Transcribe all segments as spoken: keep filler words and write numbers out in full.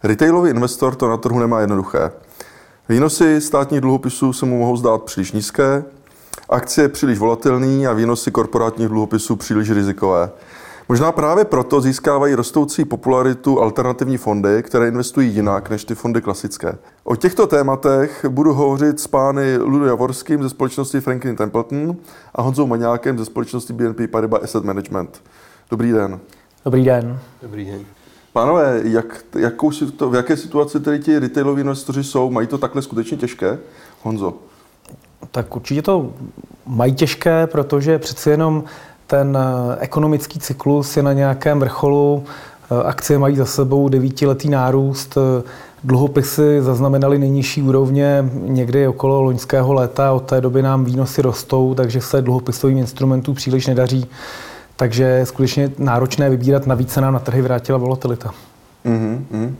Retailový investor to na trhu nemá jednoduché. Výnosy státních dluhopisů se mu mohou zdát příliš nízké, akcie příliš volatilní a výnosy korporátních dluhopisů příliš rizikové. Možná právě proto získávají rostoucí popularitu alternativní fondy, které investují jinak než ty fondy klasické. O těchto tématech budu hovořit s pány Ludou Javorským ze společnosti Franklin Templeton a Honzou Maňákem ze společnosti B N P Paribas Asset Management. Dobrý den. Dobrý den. Dobrý den. Pánové, jak, jakou, v jaké situaci tedy ti retailoví investoři jsou? Mají to takhle skutečně těžké? Honzo? Tak určitě to mají těžké, protože přeci jenom ten ekonomický cyklus je na nějakém vrcholu. Akcie mají za sebou devítiletý nárůst. Dluhopisy zaznamenaly nejnižší úrovně někdy okolo loňského léta. Od té doby nám výnosy rostou, takže se dluhopisovým instrumentům příliš nedaří. Takže je skutečně náročné vybírat, navíc se nám na trhy vrátila volatilita. Mm-hmm.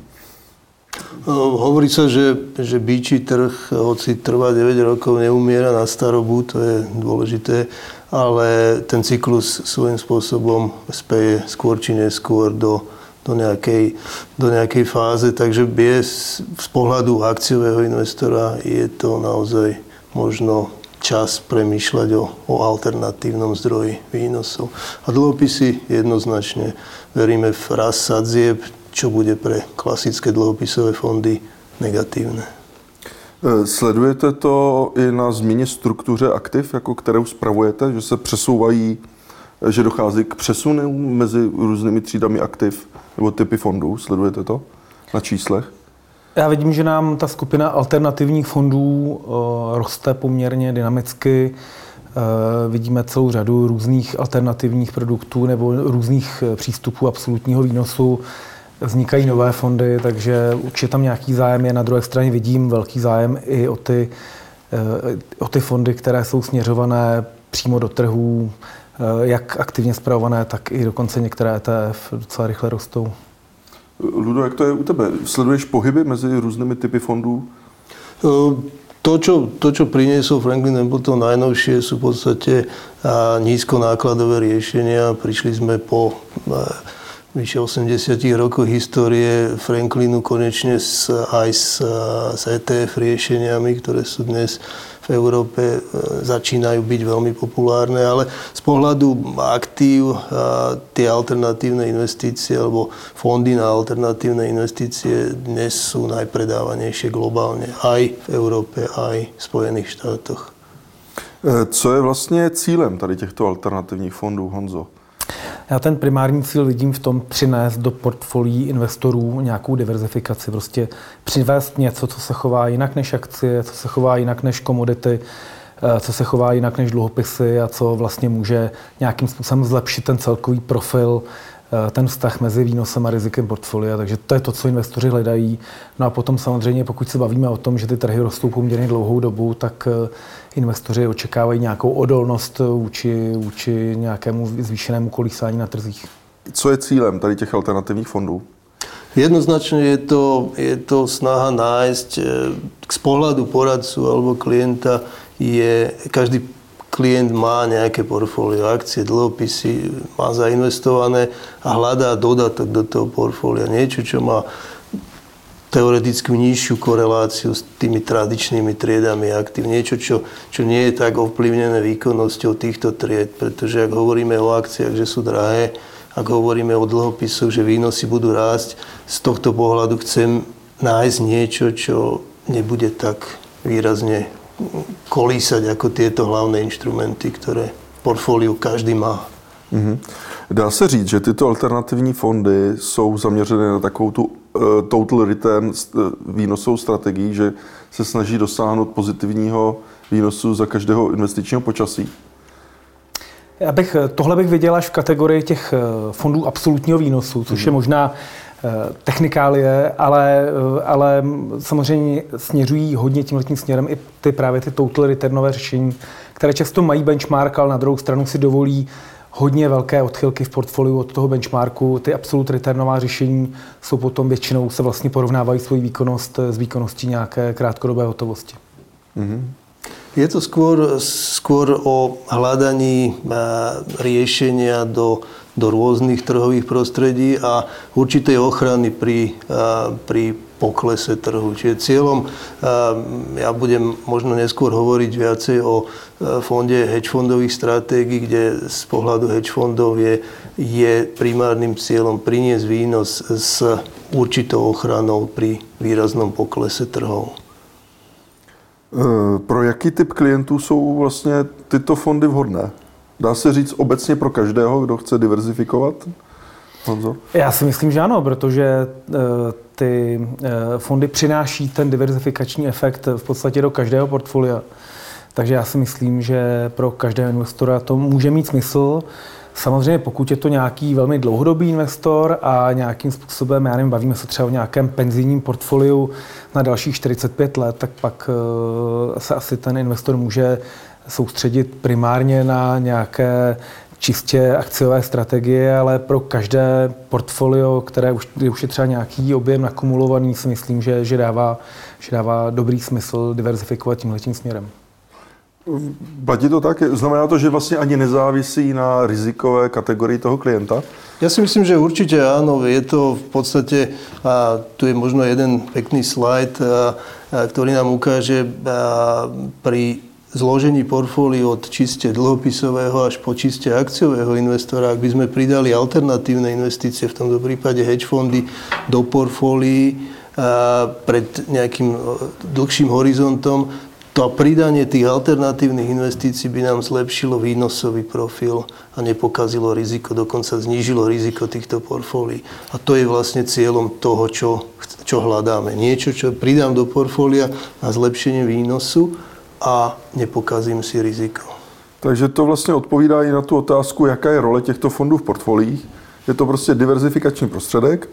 Hovorí sa, že, že býčí trh, hoci trvá deväť rokov, neumiera na starobu, to je dôležité, ale ten cyklus svojím spôsobom speje skôr či neskôr do, do, nejakej, do nejakej fáze, takže je z pohľadu akciového investora je to naozaj možno čas premýšľať o, o alternatívnom zdroji výnosov. A dlhopisy jednoznačne veríme v rast sadzieb, čo bude pre klasické dlhopisové fondy negatívne. Sledujete to i na změně struktuře aktiv, jako kterou spravujete, že se přesouvají, že dochází k přesunu mezi různými třídami aktiv nebo typy fondů? Sledujete to na číslech? Já vidím, že nám ta skupina alternativních fondů roste poměrně dynamicky. Vidíme celou řadu různých alternativních produktů nebo různých přístupů absolutního výnosu. Vznikají nové fondy, takže určitě tam nějaký zájem je. Na druhé straně vidím velký zájem i o ty, o ty fondy, které jsou směřované přímo do trhů, jak aktivně spravované, tak i dokonce některé E T F docela rychle rostou. Ludo, jak to je u tebe? Sleduješ pohyby mezi různými typy fondů? To, čo, to, čo priniesol Franklin Templeton najnovšie, sú v podstate nízkonákladové riešenia. Prišli sme po vyše osemdesiatich rokoch histórie Franklinu konečne s, aj s, s E T F riešeniami, ktoré sú dnes v Európe, začínajú byť veľmi populárne, ale z pohľadu aktív tie alternatívne investície alebo fondy na alternatívne investície dnes sú najpredávanejšie globálne aj v Európe, aj v Spojených štátoch. Co je vlastně cílem tady těchto alternativních fondů, Honzo? Já ten primární cíl vidím v tom přinést do portfolií investorů nějakou diverzifikaci. Prostě přivést něco, co se chová jinak než akcie, co se chová jinak než komodity, co se chová jinak než dluhopisy a co vlastně může nějakým způsobem zlepšit ten celkový profil, ten vztah mezi výnosem a rizikem portfolia. Takže to je to, co investoři hledají. No a potom samozřejmě, pokud se bavíme o tom, že ty trhy rostou poměrně dlouhou dobu, tak investoři očekávají nějakou odolnost vůči, vůči nějakému zvýšenému kolísání na trzích. Co je cílem tady těch alternativních fondů? Jednoznačne je to, je to snaha nájsť z pohľadu poradcu alebo klienta je, každý klient má nejaké portfólio, akcie, dlhopisy, má zainvestované a hľadá dodatok do toho portfólia. Niečo, čo má teoreticky nižšiu koreláciu s tými tradičnými triedami aktív. Niečo, čo, čo nie je tak ovplyvnené výkonnosťou týchto tried, pretože ak hovoríme o akciách, že sú drahé, ak hovoríme o dlhopisoch, že výnosy budú rásť, z tohto pohľadu chcem nájsť niečo, čo nebude tak výrazne kolísať ako tieto hlavné inštrumenty, ktoré v portfóliu každý má. Mm-hmm. Dá se říct, že tyto alternativní fondy jsou zaměřené na takovou tu uh, total return výnosovou strategii, že se snaží dosáhnout pozitivního výnosu za každého investičního počasí? Já bych, tohle bych viděl až v kategorii těch fondů absolutního výnosu, což mm-hmm. je možná technikálie, ale, ale samozřejmě směřují hodně tímhletím směrem i ty právě ty total returnové řešení, které často mají benchmark, ale na druhou stranu si dovolí hodně velké odchylky v portfoliu od toho benchmarku. Ty absolut returnová řešení jsou potom většinou, se vlastně porovnávají svoji výkonnost s výkonností nějaké krátkodobé hotovosti. Mm-hmm. Je to skôr, skôr o hľadaní riešenia do do rôznych trhových prostredí a určitej ochrany pri, pri poklese trhu. Čiže cieľom, ja budem možno neskôr hovoriť viacej o fonde hedge fondových stratégií, kde z pohľadu hedge fondov je, je primárnym cieľom priniesť výnos s určitou ochranou pri výraznom poklese trhov. Pro jaký typ klientů jsou vlastně tyto fondy vhodné? Dá se říct obecně pro každého, kdo chce diverzifikovat? Honzo? Já si myslím, že ano, protože ty fondy přináší ten diverzifikační efekt v podstatě do každého portfolia. Takže já si myslím, že pro každého investora to může mít smysl. Samozřejmě pokud je to nějaký velmi dlouhodobý investor a nějakým způsobem, já nevím, bavíme se třeba o nějakém penzijním portfoliu na dalších čtyřicet pět let, tak pak se asi ten investor může soustředit primárně na nějaké čistě akciové strategie, ale pro každé portfolio, které už, už je třeba nějaký objem nakumulovaný, si myslím, že, že, dává, že dává dobrý smysl diverzifikovat tímhletím směrem. Platí to tak? Znamená to, že vlastně ani nezávisí na rizikové kategorii toho klienta? Ja si myslím, že určite áno. Je to v podstate, a tu je možno jeden pekný slajd, a, a, ktorý nám ukáže a, pri zložení portfólií od čiste dlhopisového až po čiste akciového investora, ak by sme pridali alternatívne investície, v tomto prípade hedge fondy, do portfólií a, pred nejakým dlhším horizontom, to pridanie tých alternatívnych investícií by nám zlepšilo výnosový profil a nepokazilo riziko, dokonca znížilo riziko týchto portfólií. A to je vlastne cieľom toho, čo, čo hľadáme. Niečo, čo pridám do portfólia na zlepšenie výnosu a nepokazím si riziko. Takže to vlastně odpovídá i na tu otázku, jaká je role těchto fondů v portfoliích. Je to prostě diverzifikační prostředek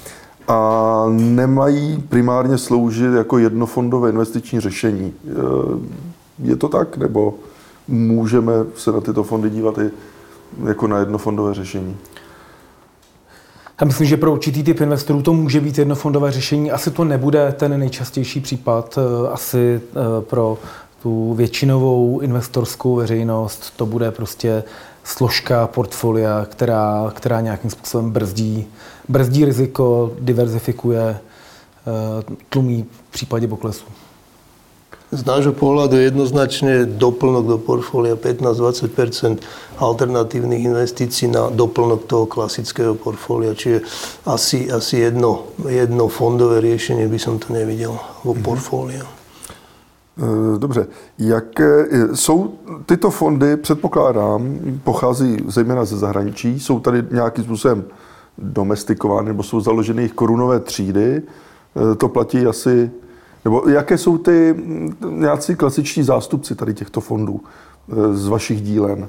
a nemají primárně sloužit jako jednofondové investiční řešení. Je to tak? Nebo můžeme se na tyto fondy dívat i jako na jednofondové řešení? Já myslím, že pro určitý typ investorů to může být jednofondové řešení. Asi to nebude ten nejčastější případ. Asi pro tu většinovou investorskou veřejnost to bude prostě složka portfolia, která, která nějakým způsobem brzdí, brzdí riziko, diverzifikuje, tlumí v případě poklesu. Z nášho pohľadu jednoznačne doplnok do portfólia pätnásť až dvadsať percent alternatívnych investícií na doplnok toho klasického portfólia. Čiže asi, asi jedno, jedno fondové riešenie by som to nevidel vo portfóliu. Dobře. Jak jsou tyto fondy, předpokládám, pochází zejména ze zahraničí, jsou tady nějakým způsobem domestikovány, nebo jsou založeny jejich korunové třídy, to platí asi, nebo jaké jsou ty nějací klasiční zástupci tady těchto fondů z vašich dílen?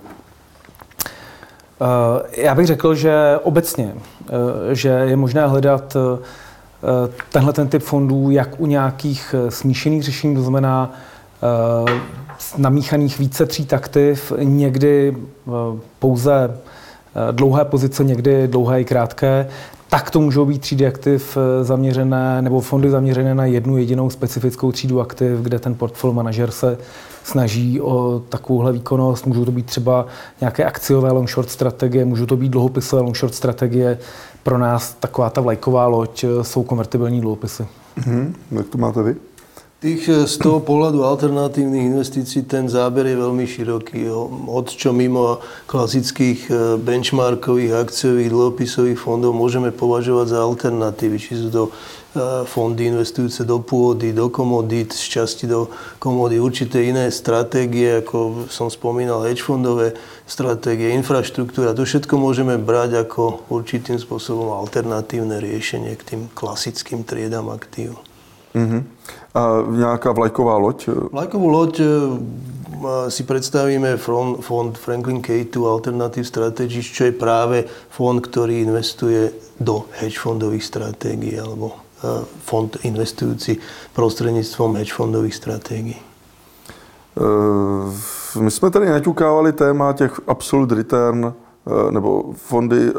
Já bych řekl, že obecně, že je možné hledat tenhle ten typ fondů jak u nějakých smíšených řešení, to znamená namíchaných více tříd aktiv, někdy pouze dlouhé pozice, někdy dlouhé i krátké, tak to můžou být třídy aktiv zaměřené nebo fondy zaměřené na jednu jedinou specifickou třídu aktiv, kde ten portfolio manažer se snaží o takovouhle výkonnost. Můžou to být třeba nějaké akciové long short strategie, můžou to být dluhopisové long short strategie. Pro nás taková ta vlajková loď jsou konvertibilní dluhopisy. Mm-hmm. Jak to máte vy? Tých z toho pohľadu alternatívnych investícií ten záber je veľmi široký. Od čo mimo klasických benchmarkových akciových dlhopisových fondov môžeme považovať za alternatívy. Či sú to fondy investujúce do pôdy, do komodít, z časti do komodít, určité iné stratégie, ako som spomínal, hedge fondové stratégie, infraštruktúra. To všetko môžeme brať ako určitým spôsobom alternatívne riešenie k tým klasickým triedám aktív. Uh-huh. A nejaká vlajková loď? Vlajkovú loď si predstavíme fond Franklin K dva Alternative Strategies, čo je práve fond, ktorý investuje do hedge fondových stratégií alebo fond investujúci prostredníctvom hedge fondových stratégií. My jsme tady naťukávali téma těch absolute return nebo fondy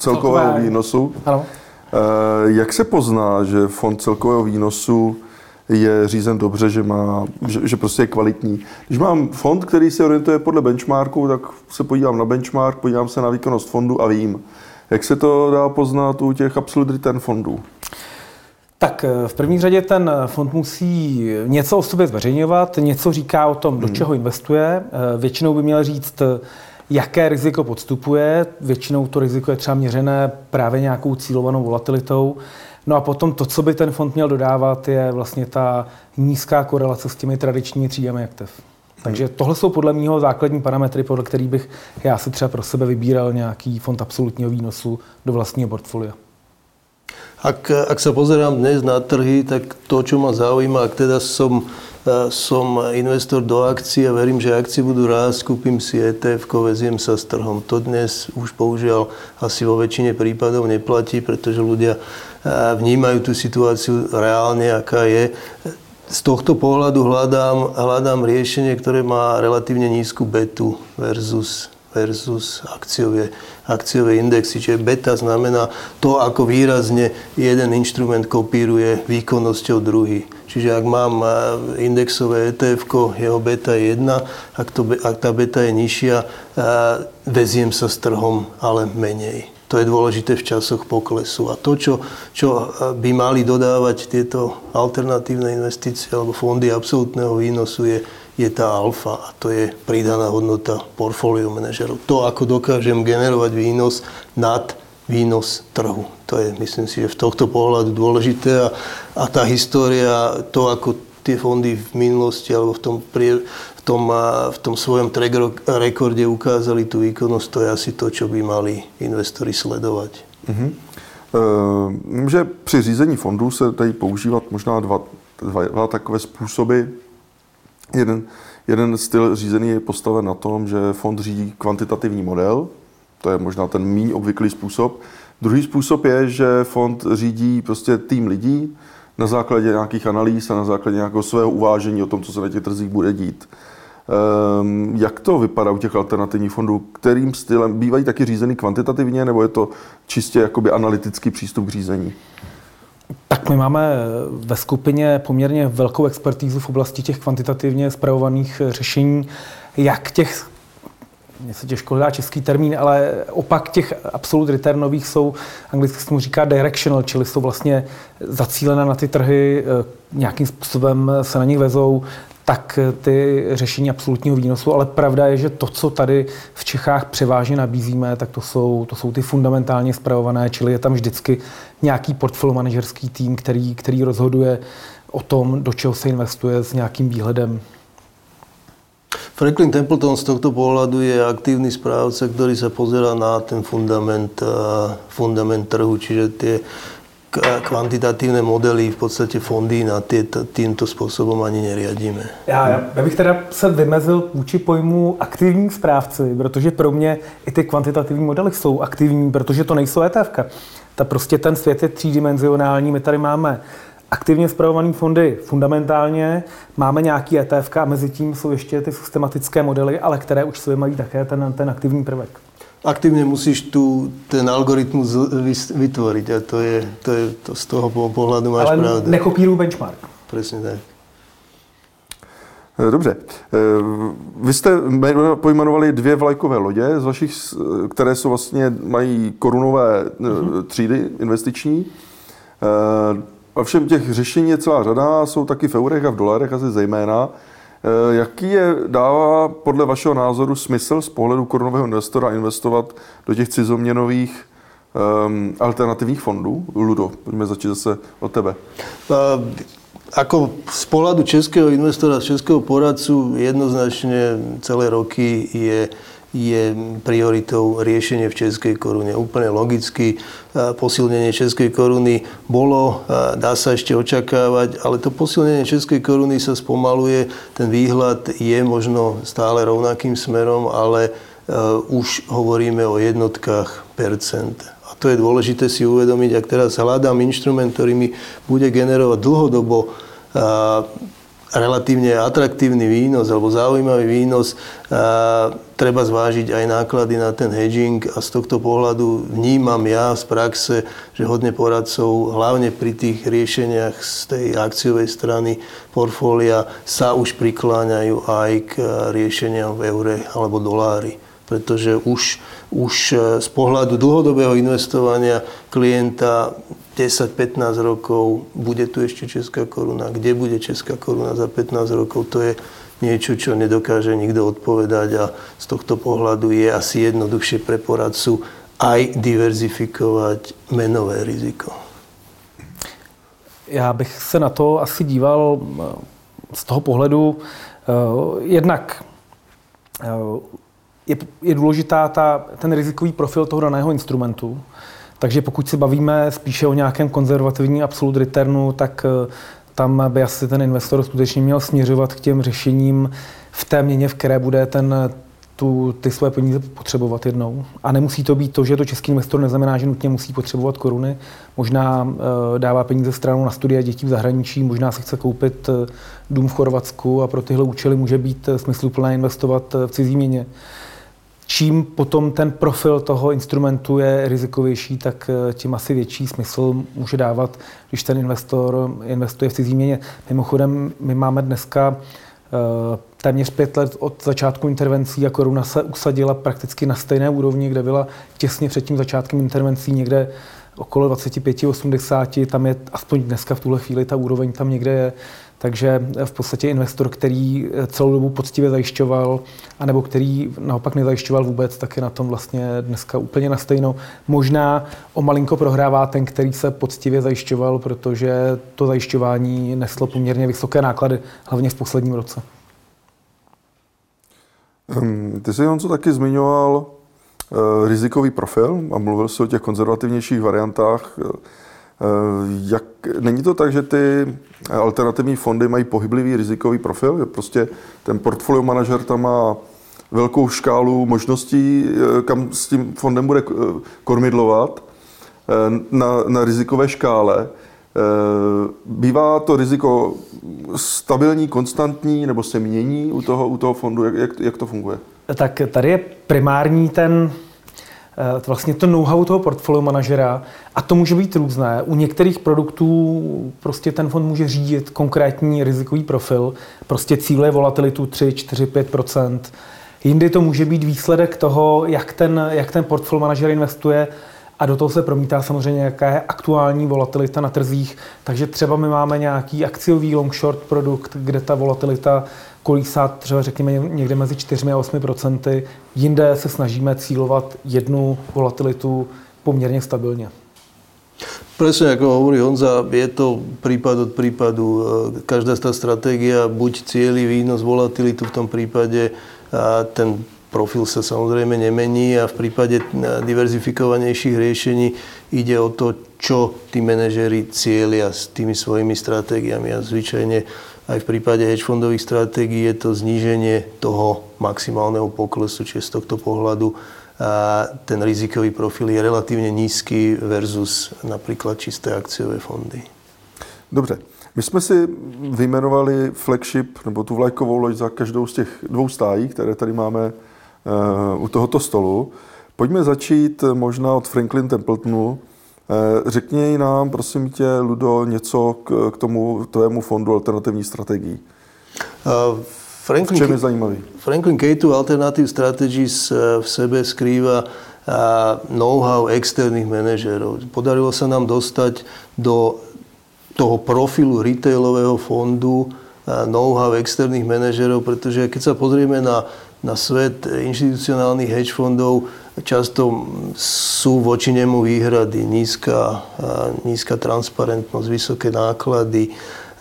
celkového výnosu. Ano. Jak se pozná, že fond celkového výnosu je řízen dobře, že, má, že, že prostě je kvalitní. Když mám fond, který se orientuje podle benchmarku, tak se podívám na benchmark, podívám se na výkonnost fondu a vím. Jak se to dá poznat u těch absolute return fondů? Tak v první řadě ten fond musí něco o sobě zveřejňovat, něco říká o tom, do hmm. čeho investuje. Většinou by měl říct, jaké riziko podstupuje. Většinou to riziko je třeba měřené právě nějakou cílovanou volatilitou. No a potom to, co by ten fond měl dodávat, je vlastně ta nízká korelace s těmi tradičními třídami aktiv. Takže tohle jsou podle mého základní parametry, podle kterých bych já si třeba pro sebe vybíral nějaký fond absolutního výnosu do vlastního portfolia. Ak, ak sa pozerám dnes na trhy, tak to, čo ma zaujíma, ak teda som, som investor do akcií a verím, že akcie budú rásť, kúpim si é té efko, veziem sa s trhom. To dnes už bohužiaľ asi vo väčšine prípadov neplatí, pretože ľudia vnímajú tú situáciu reálne, aká je. Z tohto pohľadu hľadám, hľadám riešenie, ktoré má relatívne nízku betu versus versus akciové, akciové indexy. Čiže beta znamená to, ako výrazne jeden inštrument kopíruje výkonnosťou druhý. Čiže ak mám indexové é té efko, jeho beta je jedna, ak, to, ak tá beta je nižšia, veziem sa s trhom, ale menej. To je dôležité v časoch poklesu. A to, čo, čo by mali dodávať tieto alternatívne investície alebo fondy absolútneho výnosu, je je tá alfa a to je pridaná hodnota portfólio manažerov. To, ako dokážem generovať výnos nad výnos trhu. To je, myslím si, že v tohto pohľadu dôležité a, a tá história, to, ako tie fondy v minulosti alebo v tom, prie, v tom, v tom svojom track rekorde ukázali tú výkonnosť, to je asi to, čo by mali investori sledovať. Mm-hmm. Vím, že při řízení fondů se dají používat možná dva, dva, dva takové způsoby. Jeden, jeden styl řízený je postaven na tom, že fond řídí kvantitativní model, to je možná ten méně obvyklý způsob. Druhý způsob je, že fond řídí prostě tým lidí na základě nějakých analýz a na základě nějakého svého uvážení o tom, co se na těch trzích bude dít. Um, jak to vypadá u těch alternativních fondů? Kterým stylem bývají taky řízený kvantitativně, nebo je to čistě jakoby analytický přístup k řízení? Tak my máme ve skupině poměrně velkou expertízu v oblasti těch kvantitativně spravovaných řešení, jak těch, mně se těžko hledá český termín, ale opak těch absolute returnových jsou, anglicky se mu říká directional, čili jsou vlastně zacílené na ty trhy, nějakým způsobem se na nich vezou, tak ty řešení absolutního výnosu, ale pravda je, že to, co tady v Čechách převážně nabízíme, tak to jsou, to jsou ty fundamentálně spravované, čili je tam vždycky nějaký portfolio manažerský tým, který, který rozhoduje o tom, do čeho se investuje s nějakým výhledem. Franklin Templeton z tohto pohľadu je aktívny správca, ktorý sa pozerá na ten fundament, fundament trhu, čiže tie kvantitatívne modely, v podstate fondy na tie, týmto spôsobom ani neriadíme. Já, já bych teda se vymezil vůči pojmu aktivní správci, protože pro mě i ty kvantitativní modely jsou aktivní, protože to nejsou é té efka. Ta prostě ten svět je třídimenzionální, my tady máme aktivně spravované fondy fundamentálně, máme nějaký é té efka a mezi tím jsou ještě ty systematické modely, ale které už sobě mají také ten, ten aktivní prvek. Aktívne musíš tu ten algoritmus vytvoriť a to je, to je to z toho pohľadu máš pravdu. Ale nekopíruj benchmark. Presne tak. Dobře. Vy jste pojmenovali dvě vlajkové lodě, z vašich, které jsou vlastně, mají korunové třídy investiční. A všem těch řešení je celá řada, jsou taky v eurech a v dolarech asi zejména. Jaký je, dává podle vašeho názoru smysl z pohledu korunového investora investovat do těch cizoměnových um, alternativních fondů? Ludo, pojďme začít zase od tebe. Uh, ako z pohľadu českého investora, z českého poradcu jednoznačne celé roky je je prioritou riešenie v českej korune. Úplne logicky posilnenie českej koruny bolo, dá sa ešte očakávať, ale to posilnenie českej koruny sa spomaluje. Ten výhľad je možno stále rovnakým smerom, ale už hovoríme o jednotkách percent. A to je dôležité si uvedomiť, ak teraz hľadám inštrument, ktorý mi bude generovať dlhodobo relatívne atraktívny výnos alebo zaujímavý výnos, a treba zvážiť aj náklady na ten hedging a z tohto pohľadu vnímam ja z praxe, že hodne poradcov, hlavne pri tých riešeniach z tej akciovej strany portfólia sa už prikláňajú aj k riešeniam v eure alebo dolári. Pretože už, už z pohľadu dlhodobého investovania klienta desať pätnásť rokov, bude tu ešte česká koruna, kde bude česká koruna za pätnásť rokov, to je niečo, čo nedokáže nikto odpovedať a z tohto pohľadu je asi jednoduchšie pre poradcu aj diverzifikovať menové riziko. Já bych se na to asi díval z toho pohledu, jednak je, je důležitá ta, ten rizikový profil toho daného instrumentu. Takže pokud se bavíme spíše o nějakém konzervativním absolute returnu, tak tam by asi ten investor skutečně měl směřovat k těm řešením v té měně, v které bude ten, tu, ty své peníze potřebovat jednou. A nemusí to být to, že to český investor neznamená, že nutně musí potřebovat koruny. Možná e, dává peníze stranou na studia dětí v zahraničí, možná si chce koupit dům v Chorvatsku a pro tyhle účely může být smysluplné investovat v cizí měně. Čím potom ten profil toho instrumentu je rizikovější, tak tím asi větší smysl může dávat, když ten investor investuje v cizí měně. Mimochodem, my máme dneska téměř pět let od začátku intervencí a koruna se usadila prakticky na stejné úrovni, kde byla těsně před tím začátkem intervencí někde okolo dvacet pět osmdesát, tam je aspoň dneska v tuhle chvíli ta úroveň tam někde je. Takže v podstatě investor, který celou dobu poctivě zajišťoval, anebo který naopak nezajišťoval vůbec, tak je na tom vlastně dneska úplně na stejno. Možná o malinko prohrává ten, který se poctivě zajišťoval, protože to zajišťování neslo poměrně vysoké náklady, hlavně v posledním roce. Ty jsi, Honzo, taky zmiňoval uh, rizikový profil a mluvil jsi o těch konzervativnějších variantách. Jak, není to tak, že ty alternativní fondy mají pohyblivý rizikový profil? Že prostě ten portfolio manažer tam má velkou škálu možností, kam s tím fondem bude kormidlovat na, na rizikové škále. Bývá to riziko stabilní, konstantní, nebo se mění u toho, u toho fondu? Jak, jak, jak to funguje? Tak tady je primární ten vlastně to know-how toho portfolio manažera a to může být různé. U některých produktů prostě ten fond může řídit konkrétní rizikový profil, prostě cíle volatilitu tři, čtyři, pět procent. Jindy to může být výsledek toho, jak ten, jak ten portfolio manažer investuje a do toho se promítá samozřejmě, jaká je aktuální volatilita na trzích. Takže třeba my máme nějaký akciový long-short produkt, kde ta volatilita kolísá třeba řekněme někde mezi čtyři a osmi procenty. Jinde se snažíme cílovat jednu volatilitu poměrně stabilně. Presne ako hovorí Honza, je to prípad od prípadu. Každá tá stratégia buď cieli výnos, volatilitu, v tom prípade ten profil sa samozrejme nemení a v prípade diverzifikovanejších riešení ide o to, čo tí manažeri cieľia s tými svojimi stratégiami. A zvyčajne aj v prípade hedge fondových stratégií je to zníženie toho maximálneho poklesu, čiže z tohto pohľadu a ten rizikový profil je relatívne nízky versus napríklad čisté akciové fondy. Dobře. My jsme si vyjmenovali flagship, nebo tu vlajkovou loď za každou z těch dvou stájí, které tady máme uh, u tohoto stolu. Pojďme začít možná od Franklin Templetonu. Uh, řekni nám, prosím tě, Ludo, něco k, k tomu tvému fondu alternativní strategií. Uh, Franklin, v čem je zajímavý? Franklin K dva Alternative Strategies v sebe skrýva know-how externých manažérov. Podarilo sa nám dostať do toho profilu retailového fondu know-how externých manažérov, pretože keď sa pozrieme na, na svet inštitucionálnych hedge fondov, často sú voči nemu výhrady, nízka, nízka transparentnosť, vysoké náklady,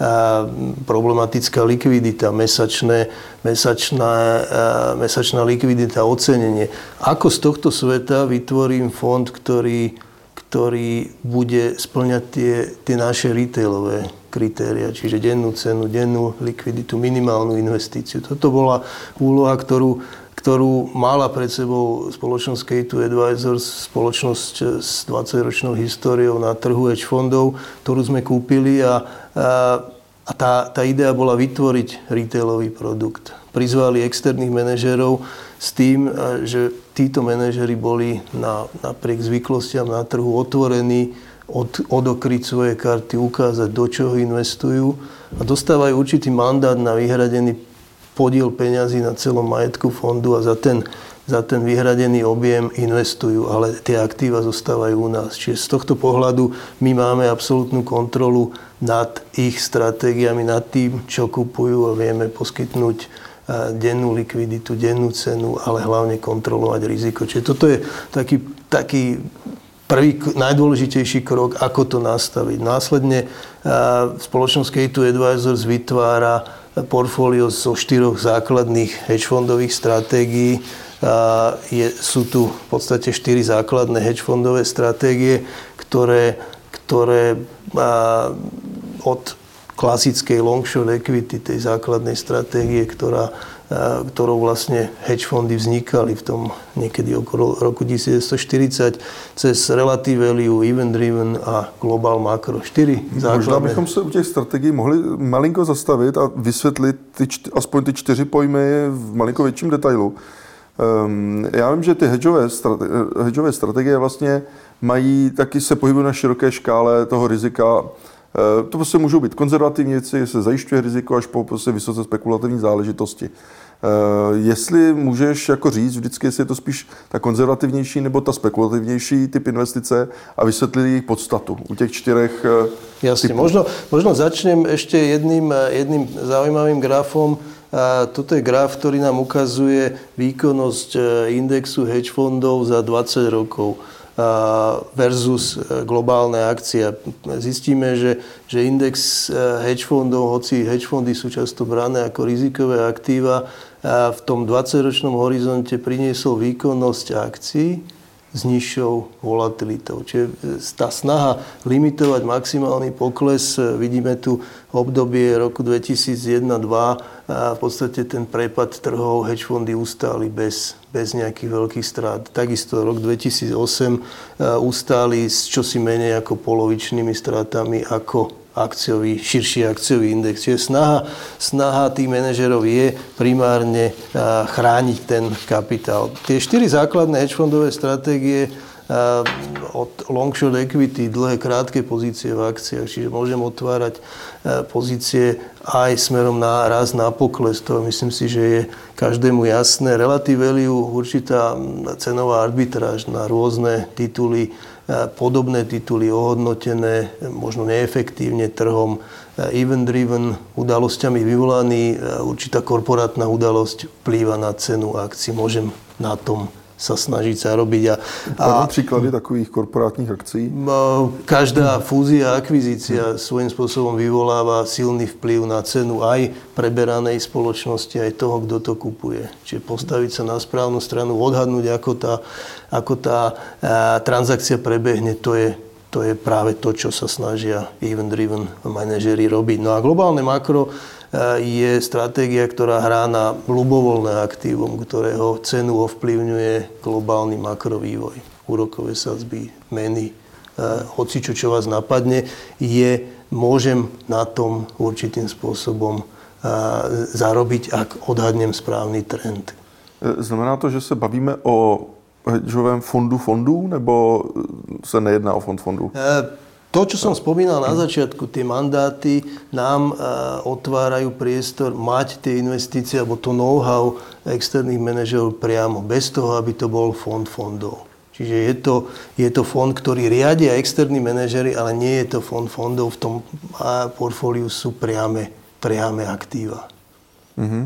problematická likvidita, mesačné, mesačná, mesačná likvidita, ocenenie. Ako z tohto sveta vytvorím fond, ktorý, ktorý bude spĺňať tie, tie naše retailové kritéria, čiže dennú cenu, dennú likviditu, minimálnu investíciu. Toto bola úloha, ktorú, ktorú mala pred sebou spoločnosť K dva Advisors, spoločnosť s dvadsaťročnou históriou na trhu hedge fondov, ktorú sme kúpili a, a, A tá, tá idea bola vytvoriť retailový produkt. Prizvali externých manažérov s tým, že títo manažéri boli na, napriek zvyklostiam na trhu otvorení od, odokryť svoje karty, ukázať, do čoho investujú a dostávajú určitý mandát na vyhradený podiel peňazí na celom majetku fondu a za ten, za ten vyhradený objem investujú, ale tie aktíva zostávajú u nás. Čiže z tohto pohľadu my máme absolútnu kontrolu nad ich stratégiami, nad tým, čo kupujú a vieme poskytnúť dennú likviditu, dennú cenu, ale hlavne kontrolovať riziko. Čiže toto je taký, taký prvý najdôležitejší krok, ako to nastaviť. Následne spoločnosť K dva Advisors vytvára portfólio zo štyroch základných hedgefondových stratégií. Je, sú tu v podstate štyri základné hedgefondové stratégie, ktoré, ktoré od klasickej long short equity, tej základnej stratégie, ktorá, ktorou vlastne hedge fondy vznikali v tom niekedy okolo roku devätnásťstoštyridsať, cez relative value, event driven a global macro. Štyri základné. Možná bychom se u těch strategií mohli malinko zastavit a vysvětlit ty čty, aspoň ty čtyři pojmy v malinko větším detailu. Um, já vím, že ty hedžové, strate, hedžové strategie vlastně mají, taky se pohybují na široké škále toho rizika. To prostě můžou být konzervativní věci, se zajišťuje riziko, až po prostě vysoce spekulativní záležitosti. Jestli můžeš jako říct vždycky, jestli je to spíš ta konzervativnější nebo ta spekulativnější typ investice a vysvětlit jejich podstatu u těch čtyřech Jasne, možno, možno začnem ešte jedným, jedným zaujímavým grafom. Toto je graf, ktorý nám ukazuje výkonnosť indexu hedge fondov za dvadsať rokov versus globálne akcie. Zistíme, že, že index hedge fondov, hoci hedge fondy sú často brané ako rizikové aktíva, v tom dvadsaťročnom horizonte priniesol výkonnosť akcií s nižšou volatilitou. Čiže tá snaha limitovať maximálny pokles, vidíme tu obdobie roku dvetisícjeden dva, a v podstate ten prepad trhov hedge fondy ustáli bez, bez nejakých veľkých strát. Takisto rok dvetisícosem ustáli s čosi menej ako polovičnými strátami ako akciový, širší akciový index. Čiže snaha, snaha tých manažerov je primárne chrániť ten kapitál. Tie štyri základné hedgefondové stratégie od long short equity, dlhé, krátke pozície v akciách, čiže môžem otvárať pozície aj smerom na rast, na pokles. To myslím si, že je každému jasné. Relative value, určitá cenová arbitráž na rôzne tituly, podobné tituly ohodnotené, možno neefektívne trhom, event-driven, udalosťami vyvolaný, určitá korporátna udalosť vplýva na cenu akcií. Môžem na tom sa snažiť sa robiť. A, a príklady takových korporátnych akcií? Každá fúzia a akvizícia svojím spôsobom vyvoláva silný vplyv na cenu aj preberanej spoločnosti, aj toho, kto to kupuje. Čiže postaviť sa na správnu stranu, odhadnúť, ako tá, ako tá a, transakcia prebehne, to je, to je práve to, čo sa snažia event-driven manažeri robiť. No a globálne makro je stratégia, ktorá hrá na ľubovoľné aktívum, ktorého cenu ovplyvňuje globálny makrovývoj. Úrokové sadzby, meny, hocičo, čo vás napadne, je, môžem na tom určitým spôsobom zarobiť, ak odhadnem správny trend. Znamená to, že se bavíme o hedžovém fondu fondů, nebo se nejedná o fond fondů? To, čo som spomínal na začiatku, tie mandáty nám otvárajú priestor mať tie investície alebo to know-how externých manažerov priamo, bez toho, aby to bol fond fondov. Čiže je to, je to fond, ktorý riadia externí manažeri, ale nie je to fond fondov. V tom portfóliu sú priame, priame aktíva. Mm-hmm.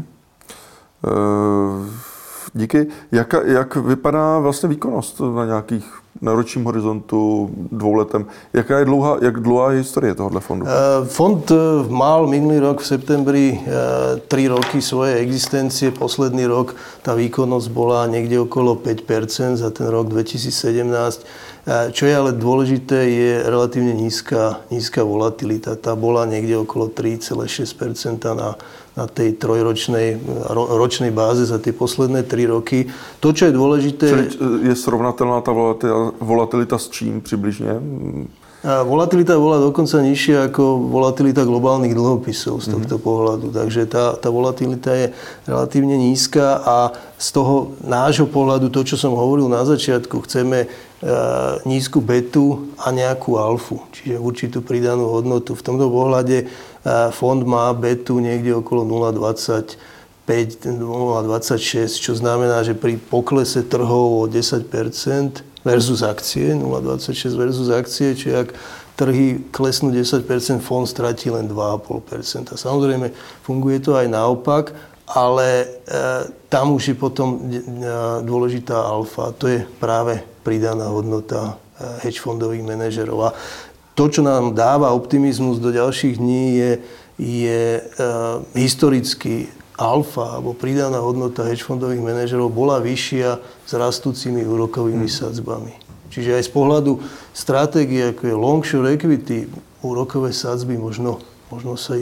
Uh, díky. Jak, jak vypadá vlastně výkonnost na nějakých na ročním horizontu dvouletem? Jaká je dlouhá, jak dlouhá je historie tohoto fondu? Fond mal minulý rok v septembri tri roky svojej existencie. Posledný rok tá výkonnosť bola niekde okolo päť percent za ten rok dvetisícsedemnásť. Čo je ale dôležité, je relatívne nízka, nízka volatilita. Tá bola niekde okolo tri celé šesť percent na na tej trojročnej ro, ročnej báze za tie posledné tri roky. To, čo je dôležité... Čili je srovnatelná tá volatilita, volatilita s čím přibližně? A volatilita bola dokonca nižšia ako volatilita globálnych dlhopisov z tohto mm-hmm. pohľadu. Takže tá, tá volatilita je relatívne nízka a z toho nášho pohľadu, to, čo som hovoril na začiatku, chceme uh, nízku betu a nejakú alfu, čiže určitú pridanú hodnotu. V tomto pohľade uh, fond má betu niekde okolo nula celá dvadsaťpäť, nula celá dvadsaťšesť, čo znamená, že pri poklese trhov o desať percent versus akcie, nula celá dvadsaťšesť versus akcie, čiže ak trhy klesnú desať percent, fond stratí len dva celé päť percenta. Samozrejme, funguje to aj naopak, ale e, tam už je potom e, dôležitá alfa. To je práve pridaná hodnota e, hedge fondových manažerov. A to, čo nám dáva optimizmus do ďalších dní, je, je e, historicky alfa alebo pridaná hodnota hedge fondových manažerov bola vyššia s rastúcimi úrokovými sadzbami. Čiže aj z pohľadu stratégie, ako je long short equity, úrokové sadzby, možno, možno sa,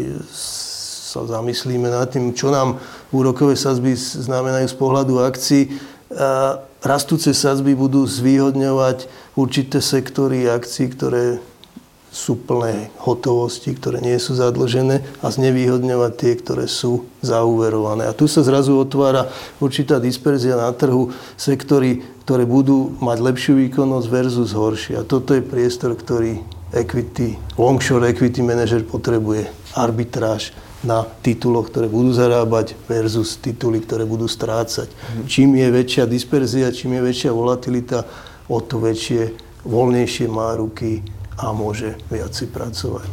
sa zamyslíme nad tým, čo nám úrokové sadzby znamenajú z pohľadu akcií. A rastúce sadzby budú zvýhodňovať určité sektory akcií, ktoré sú plné hotovosti, ktoré nie sú zadlžené a znevýhodňovať tie, ktoré sú zaúverované. A tu sa zrazu otvára určitá disperzia na trhu, sektory, ktoré budú mať lepšiu výkonnosť versus horšie. A toto je priestor, ktorý equity, long short equity manager potrebuje. Arbitráž na tituloch, ktoré budú zarábať versus tituly, ktoré budú strácať. Čím je väčšia disperzia, čím je väčšia volatilita, o to väčšie, voľnejšie má ruky a může víc pracovat.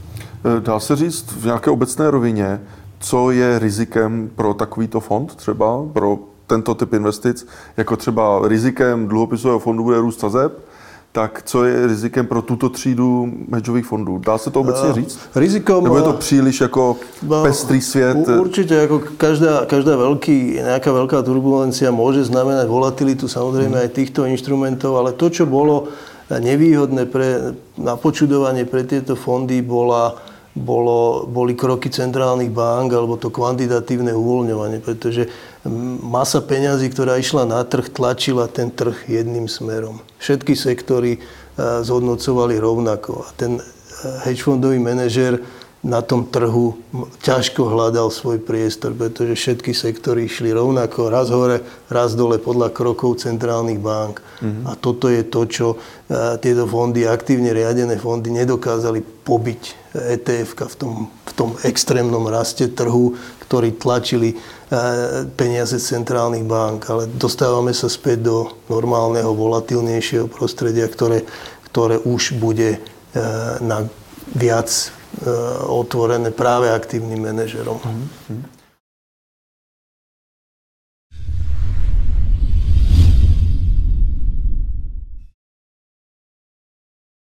Dá se říct v nějaké obecné rovině, co je rizikem pro takovýto fond třeba, pro tento typ investic, jako třeba rizikem dluhopisového fondu bude růst sazeb, tak co je rizikem pro tuto třídu hedžových fondů? Dá se to obecně říct? Rizikom, nebo je to příliš jako pestrý svět? Určitě, jako každá, každá veľký, nějaká velká turbulencia může znamenat volatilitu samozřejmě hmm. aj týchto instrumentov, ale to, čo bolo nevýhodné pre, na počudovanie pre tieto fondy bola, bolo, boli kroky centrálnych bank alebo to kvantitatívne uvoľňovanie, pretože masa peňazí, ktorá išla na trh, tlačila ten trh jedným smerom. Všetky sektory zhodnocovali rovnako a ten hedge fondový manažer na tom trhu ťažko hľadal svoj priestor, pretože všetky sektory išli rovnako, raz hore, raz dole podľa krokov centrálnych bank. Mm-hmm. A toto je to, čo uh, tieto fondy, aktívne riadené fondy, nedokázali pobiť é té efka v tom, v tom extrémnom raste trhu, ktorí tlačili uh, peniaze centrálnych bank. Ale dostávame sa späť do normálneho, volatilnejšieho prostredia, ktoré, ktoré už bude uh, na viac otvorené práve aktívnym manažerom. Mm-hmm.